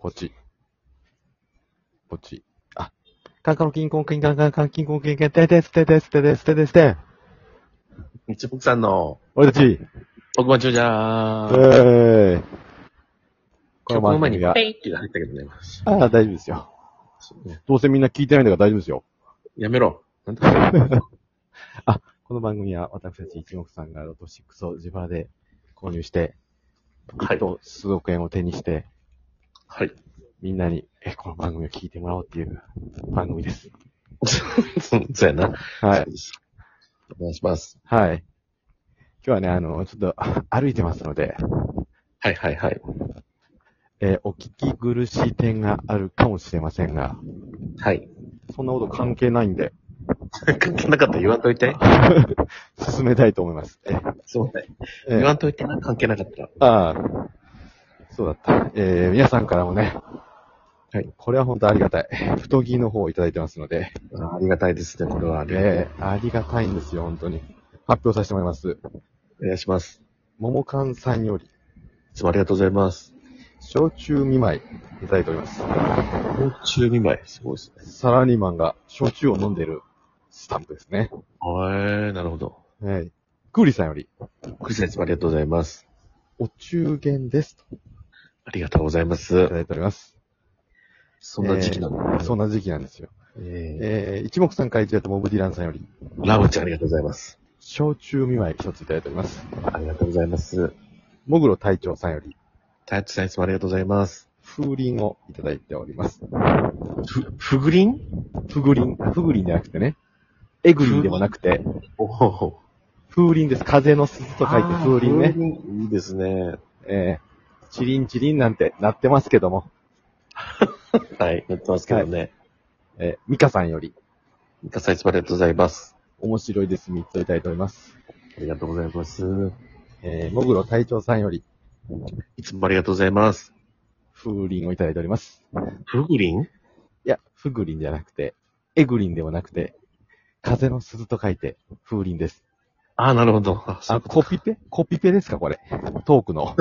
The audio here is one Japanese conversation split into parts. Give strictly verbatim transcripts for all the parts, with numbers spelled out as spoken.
ポチ。ポチ。あ、カンカンキンコンキンカンカンカンキンコンキンカンテテステテステテステテステ。 一目さんの、 俺たち。 僕もちょじゃえー。 ー。 曲の前にが。 ペイって入ったけどね。 ああ、大丈夫ですよ。どうせみんな聞いてないんだから大丈夫ですよ。 やめろ。なんだあ、この番組は私たち一目さんがロトシックスを自腹で購入して、 はいいっとう数億円を手にして、 はい。 みんなに、え、この番組を聞いてもらおうっていう番組です。 そうやな。 はい。 お願いします。 はい。今日はね、あの、ちょっと歩いてますので、 はいはいはい。 えーお聞き苦しい点があるかもしれませんが、 はい。 そんなこと関係ないんで、 関係なかったら言わんといて。 進めたいと思います。えそうね。 え言わんといてな、関係なかったら。 ああ、そうだった。えー皆さんからもね、 はい。 これは本当ありがたい。太着の方をいただいてますので、 あありがたいですね、これは。ありがたいえーありがたいんですよ、本当に。発表させてもらいます。 お願いします。 ももかんさんより、 いつもありがとうございます。 焼酎見舞いいただいております。 中にまい。すごいですね。 サラリーマンが焼酎を飲んでるスタンプですね。 へえー、なるほど。 はい。クーリさんより、 クリスさんいつもありがとうございます。 お中元ですとありがとうございまいすた。だいております。 そんな時期なの、 えーそんな時期なんですよ。 ええー、一目散会長とモブディランさんより、 ー、ラブちゃんありがとうございます。 焼酎見舞い一ついただいております。 ありがとうございます。 もぐろ隊長さんより、 タイツさんいつもありがとうございます。 風鈴をいただいております。 ふ、ふぐりんふぐりん、ふぐりんじゃなくてね、えぐりんでもなくて、 おほほ。 風鈴です。風の鈴と書いて風鈴ね。 ね。いいですね。 えー、チリンチリンなんてなってますけども、 はい、やってますけどね。 えー、ミカさんより、 ミカさんいつもありがとうございます。 面白いですみっつをいただいております。 ありがとうございます。 えー、もぐろ隊長さんより、 いつもありがとうございます。 風鈴をいただいております。 ふぐりんいや、ふぐりんじゃなくて、えぐりんでもなくて、風の鈴と書いて、風鈴です。 ああ、なるほど。あ、そうあ、コピペコピペですかこれ。トークの。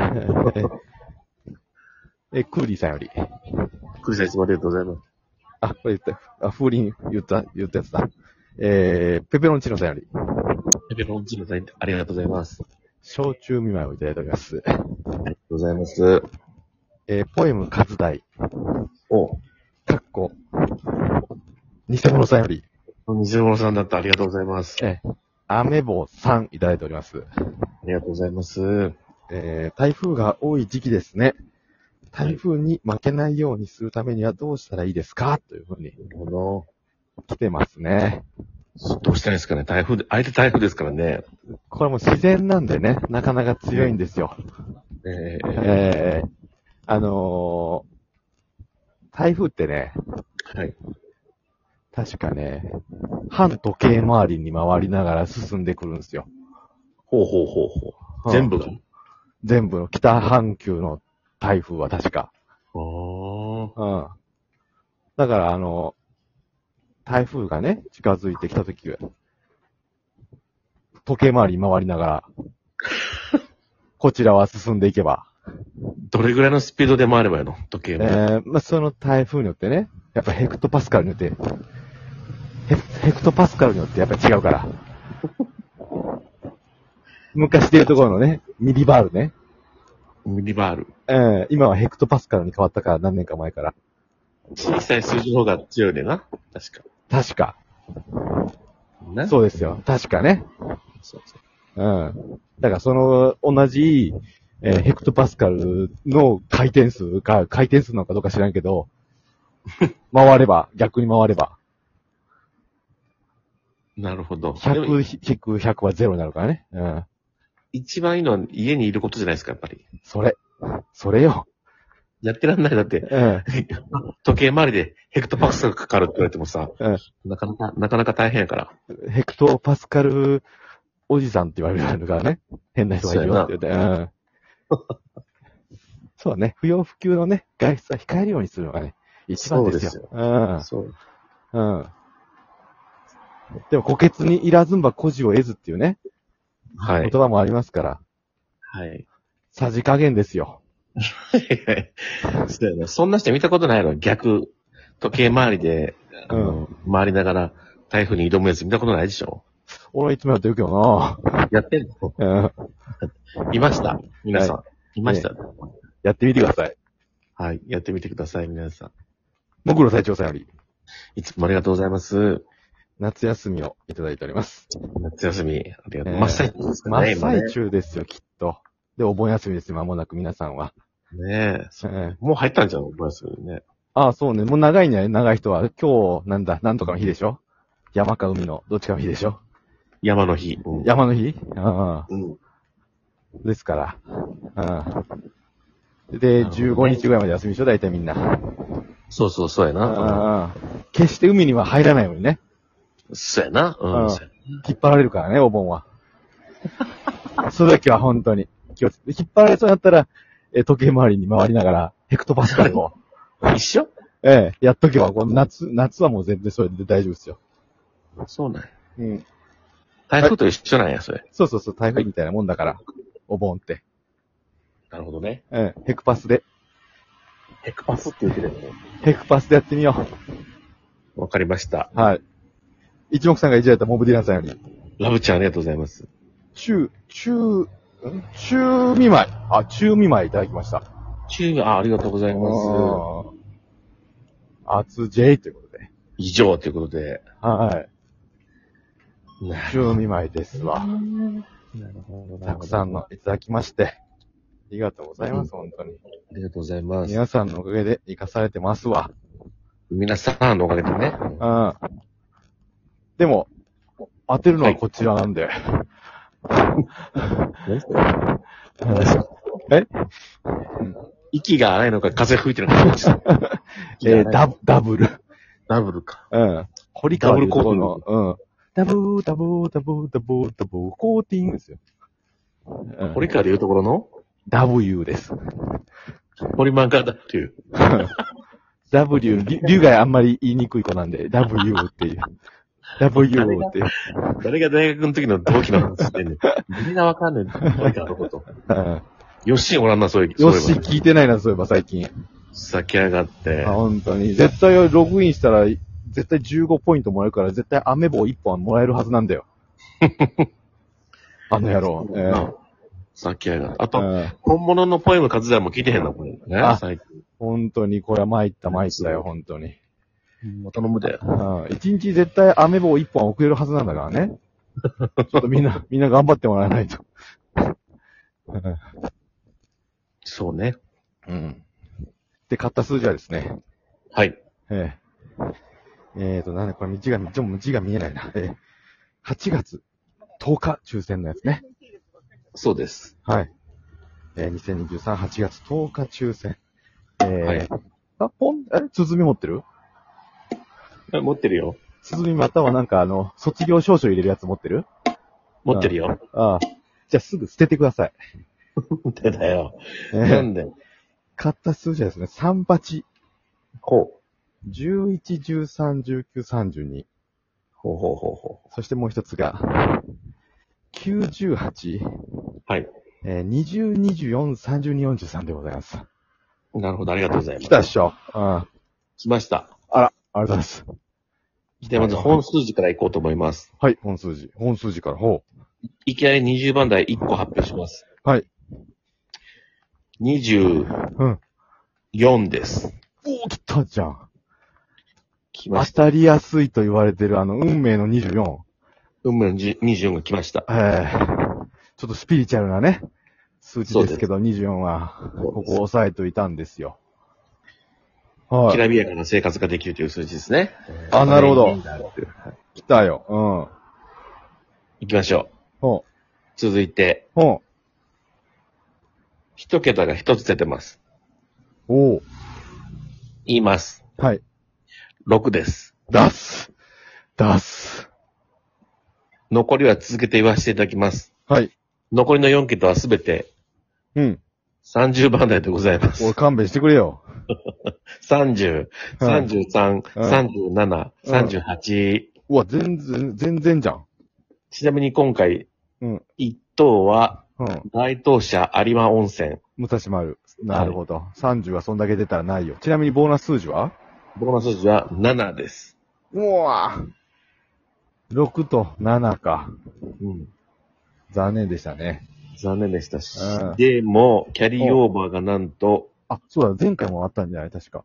え、クーリーさんより。 クリスさんいつもありがとうございます。 あ、これ言った。あ、風鈴言った、言ったやつだ。えー、ペペロンチーノさんより。 ペペロンチーノさんありがとうございます。 焼酎見舞いをいただいております。 ありがとうございます。 えー、ポエム数大。 お、 かっこ。偽物さんより。 西村さんだった。ありがとうございます。 えー、アメボさんいただいております。 ありがとうございます。 えー、台風が多い時期ですね。台風に負けないようにするためにはどうしたらいいですかというふうになるほど。 来てますね。 どうしたらいいですかね。台風で、相手台風ですからね。 これも自然なんでね、なかなか強いんですよ。 えー、 えー、あのー、台風ってね、 はい。 確かね、反時計回りに回りながら進んでくるんですよ。 ほうほうほうほう。全部が。 全部の北半球の台風は確か。 あー。 うん。だからあの、台風がね、近づいてきたときは、時計回りに回りながら、こちらは進んでいけば、 どれぐらいのスピードで回ればいいの時計も。 えー、まあ、その台風によってね、やっぱヘクトパスカルによって、ヘヘクトパスカルによってやっぱり違うから。昔でいうところのね、ミリバールね。 ミリバール。 えー、今はヘクトパスカルに変わったから何年か前から。 小さい数字の方が強いねんな。確か。 確か。 なそうですよ。確かね。 そうそう。 うん。だからその同じ、えーヘクトパスカルの回転数か、回転数なのかどうか知らんけど、回れば、逆に回れば、 なるほど。でひゃくも引くひゃくはゼロになるからね。うん。 一番いいのは家にいることじゃないですか、やっぱり。 それ。それよ。 やってらんない。だって、 うん。 時計回りでヘクトパスカルかかるって言われてもさ、 うん。 なかなか、なかなか大変やから。 ヘクトパスカルおじさんって言われるからね。変な人がいるよって言って。うん。そうだね。不要不急のね、外出は控えるようにするのがね、一番ですよ。 そうですうん。 そう。 うん。でも、虎穴にいらずんば孤児を得ずっていうね、 はい言。葉もありますから、 はい。 さじ加減ですよ。 そうやな。そんな人見たことないの。逆、時計回りで、あの、回りながら台風に挑むやつ見たことないでしょ。 俺はいつもやってるけどやってんのな。うん。 いました皆さん。、 はいました、 やってみてください。 はい。やってみてください、皆さん。 僕の隊長さんより、 いつもありがとうございます。 夏休みをいただいております。 夏休み、ありがとう。 えー真っ最中ですか真っね、今ね。 最中ですよ、きっと。で、お盆休みですよ、間もなく皆さんは。 ねえ。そえーもう入ったんじゃん、お盆休みね。 ああ、そうね。もう長いね、長い人は。今日、なんだ、なんとかの日でしょ？山か海の、どっちかの日でしょ？ 山の日。うん。 山の日？ああ。 うん。 ですから。ああ。で、じゅうごにちぐらいまで休みでしょ、大体みんな。 そうそう、そうやな。 ああ。決して海には入らないようにね。 そうやな。ううんん。そうや引っ張られるからね、お盆は。それだけは本当に気をつけて。引っ張られそうになったら、えー時計回りに回りながら、ヘクトパスカルを、 一緒ええやっとけば、この夏、夏はもう全然それで大丈夫ですよ。 そうなんや。 うん。 台風と一緒なんや、それ。 そうそうそう、台風みたいなもんだから、お盆って。 なるほどね。 ええヘクパスで、 ヘクパスって言ってるよね。 ヘクパスでやってみよわかりました。 う。はい。一目さんがいじられたモブディランさんより、 ラブちゃんありがとうございます。 中、中、ん中見舞い。あ、中見舞いいただきました。 中、あ、ありがとうございます。 あー。厚 J ということで。 以上ということで。 はい。 な中見舞いですわ。 るほど。 たくさんのいただきまして。ありがとうございます、本当に。 ありがとうございます。 皆さんのおかげで生かされてますわ。 皆さんのおかげでね。 うん。でも、当てるのはこちらなんで。え息が荒いのか風吹いてるのか。 えー、ダブ、ダブル。 ダブルか。 うん。堀川流とこの、うん。ダブー、ダブー、ダブー、ダブー、ダブー、コーティングですよ。うん堀川で言うところのダブリュー です。 堀マンガだっていう。 ダブリュー、り龍があんまり言いにくい子なんで、ダブリュー っていう。ダブリュー っていう。 誰が大学の時の同期の話してんねん。みんなわかんねん。堀川のこと。 うんよっしーおらんな、そういう。 よし、 そういえば聞いてないな、そういえば最近。 咲き上がってあ、。本当に。絶対ログインしたら、絶対じゅうごポイントもらえるから、絶対アメ棒いっぽんもらえるはずなんだよ。あの野郎。えー咲き上がって。あと、 うん本物のポエム活動も聞いてへんの、これ。ね、 あ最近。 本当に、これは参った参ったよ、本当に。 また飲むで。 うん一日絶対アメ棒いっぽん送れるはずなんだからね。ちょっとみんな、みんな頑張ってもらわないと。 そうね。 うん。で、買った数字はですね、 はい。 えー、えーと、なんだ、これ字が、字も字が見えないな。えー、はちがつとおか抽選のやつね。 そうです。 はい。えー、にせんにじゅうさん、はちがつとおか抽選。えー、 はいあ、ポン、え、鼓持ってる持ってるよ。 鼓またはなんかあの、卒業証書入れるやつ持ってる持ってるよ。 ああ。じゃあすぐ捨ててください。 なんでだよ。 えーなんで買った数字はですね、さん、はち、 ほう。 じゅういち、じゅうさん、じゅうきゅう、さんじゅうに。 ほうほうほうほそしてもう一つが、きゅうじゅうはち、 う。はい。 えー、にじゅう、にじゅうよん、さんじゅうに、よんじゅうさんでございます。 なるほど、ありがとうございます。 来たっしょ。うん。 来ました。 あら、ありがとうございます。 で、まず本数字からいこうと思います。 はい、本数字。本数字から、ほいきなりにじゅうばん台いっこ発表します。 う。はい。 にじゅううん。 よんです。 おー、来たじゃん。当来ました。 たりやすいと言われてるあの、運命のにじゅうよ運命のにじゅうよんが来ました。 ん。えー、ちょっとスピリチュアルなね、数字ですけど、にじゅうよんは、 そうですここ押さえといたんですよ。はい。 きらびやかな生活ができるという数字ですね。 あなるほどはい来たよ。うん。 行きましょう。 ほ続いて、 う。ほ一桁が一つ出てます。 う。おー。 言います。 はい。 ろくです。 出す。出す。 残りは続けて言わせていただきます。 はい。 残りのよん桁はすべてうん。 さんじゅうばん台でございますおい、。勘弁してくれよ。 さんじゅう、 はいさんじゅうさん、 うんさんじゅうなな、 うんさんじゅうはち。 うわ、全然、全然じゃん。 ちなみに今回、 うん。 一等は、 うん。 大東社有馬温泉。 武蔵丸。 なるほど。さんじゅうはそんだけ出たらないよ。ちなみにボーナス数字はボーナス数字はななです。 うわろくとななか。 うん。 残念でしたね。 残念でしたし。 うん、 でも、キャリーオーバーがなんと、 あ、そうだ、前回もあったんじゃない確か。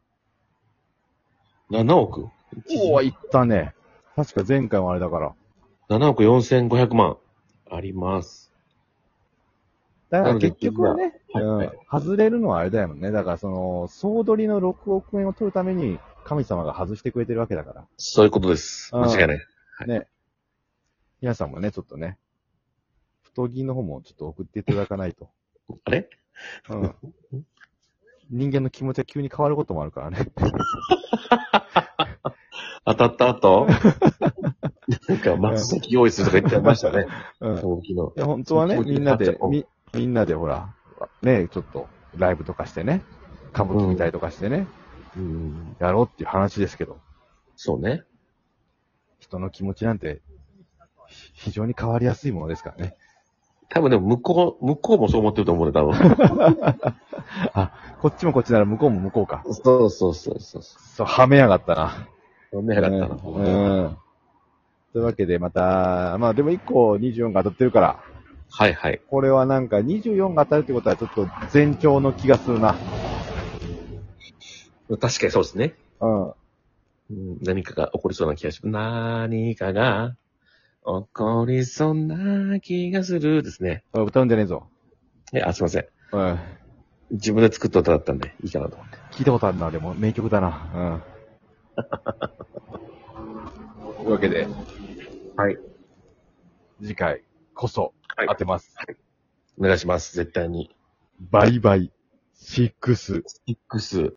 ななおくおお、いったね。確か前回もあれだから。 ななおくよんせんごひゃくまんあります。 だから結局はね、 はいはいうん、外れるのはあれだよね。だからその、総取りのろくおくえんを取るために、神様が外してくれてるわけだから。 そういうことです。 うん間違いない。はい、 ね。皆さんもね、ちょっとね、太着の方もちょっと送っていただかないと。 あれうん。人間の気持ちは急に変わることもあるからね。 当たった後なんか、松崎用意するとか言ってましたね。 うん。 昨日。いや、本当はね、みんなで、み、みんなでほら、ね、ちょっと、ライブとかしてね、歌舞伎見たりとかしてね、 うん、 やろうっていう話ですけど。 そうね。 人の気持ちなんて、非常に変わりやすいものですからね。 多分でも向こう、向こうもそう思ってると思うね、多分。 あ、こっちもこっちなら向こうも向こうか。 そうそうそうそう。 そう、はめやがったな。 はめやがったな。 うん。というわけで、また、まあでもいっこにじゅうよんが当たってるから。 はいはい。 これはなんかにじゅうよんが当たるってことはちょっと前兆の気がするな。 確かにそうですね。 うん。 うん、何かが起こりそうな気がします。何かが起こりそうな気がするですね。 歌うんじゃねえぞ。 え、あ、すいません。 うん。 自分で作った歌だったんで、いいかなと思って。 聞いたことあるな、でも名曲だな。うん。というわけで、 はい。 次回こそ当てます。 はい。お願いします。絶対に。 バイバイ、シックス。 X。